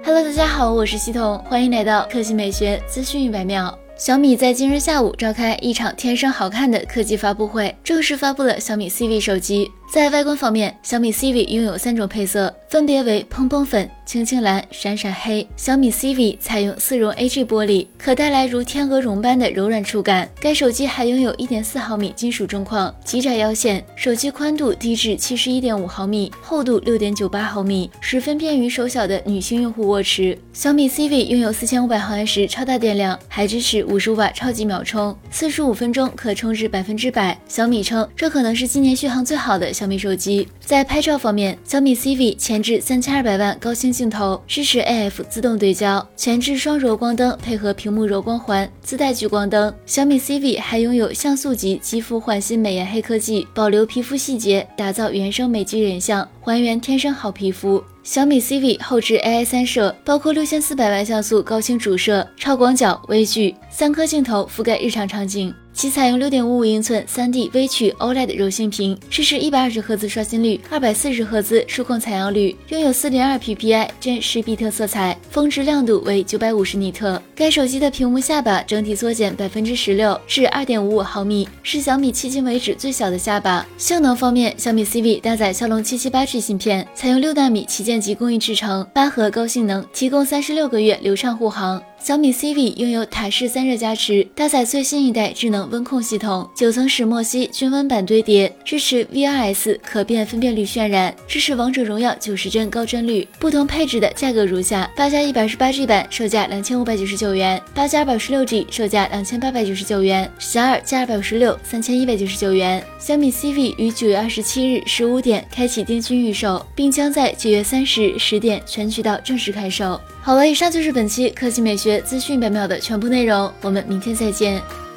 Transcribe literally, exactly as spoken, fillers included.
Hello， 大家好，我是西彤，欢迎来到科技美学资讯一百秒。小米在今日下午召开一场天生好看的科技发布会，正式发布了小米 C V 手机。在外观方面，小米 C V 拥有三种配色，分别为蓬蓬粉、青青蓝、闪闪黑。小米 C V 采用四熔 A G 玻璃，可带来如天鹅绒般的柔软触感。该手机还拥有 一点四毫米金属中框，极窄腰线，手机宽度低至 七十一点五毫米，厚度 六点九八毫米，十分便于手小的女性用户握持。小米 C V 拥有四千五百毫安时超大电量，还支持五十五瓦超级秒充，四十五分钟可充至百分之百。小米称，这可能是今年续航最好的小米手机。在拍照方面，小米 C V 前置三千二百万高清镜头，支持 A F 自动对焦，前置双柔光灯配合屏幕柔光环，自带聚光灯。小米 C V 还拥有像素级肌肤焕新美颜黑科技，保留皮肤细节，打造原生美肌人像，还原天生好皮肤。小米 C V 后置 A I 三摄，包括六千四百万像素高清主摄、超广角、微距，三颗镜头覆盖日常场景。其采用 六点五五英寸 三 D 微曲 O L E D 柔性屏，支持一百二十赫兹刷新率、二百四十赫兹数控采样率，拥有 四点二 P P I 真实比特色彩，峰值亮度为九百五十尼特。该手机的屏幕下巴整体缩减 百分之十六 至 二点五五毫米，是小米迄今为止最小的下巴。性能方面，小米 C V 搭载骁龙 七七八 G 芯片，采用六纳米旗舰级工艺制成，八核高性能，提供三十六个月流畅护航。小米 C V 拥有塔式散热加持，搭载最新一代智能温控系统，九层石墨烯均温板堆叠，支持 V R S 可变分辨率渲染，支持王者荣耀九十帧高帧率。不同配置的价格如下：八加一百二十八 G 版售价两千五百九十九元，八加二百五十六 G 售价两千八百九十九元，十二加二百五十六三千一百九十九元。小米 C V 于九月二十七日十五点开启定军预售，并将在九月三十日十点全渠道正式开售。好了，以上就是本期科技美学资讯一百秒的全部内容，我们明天再见。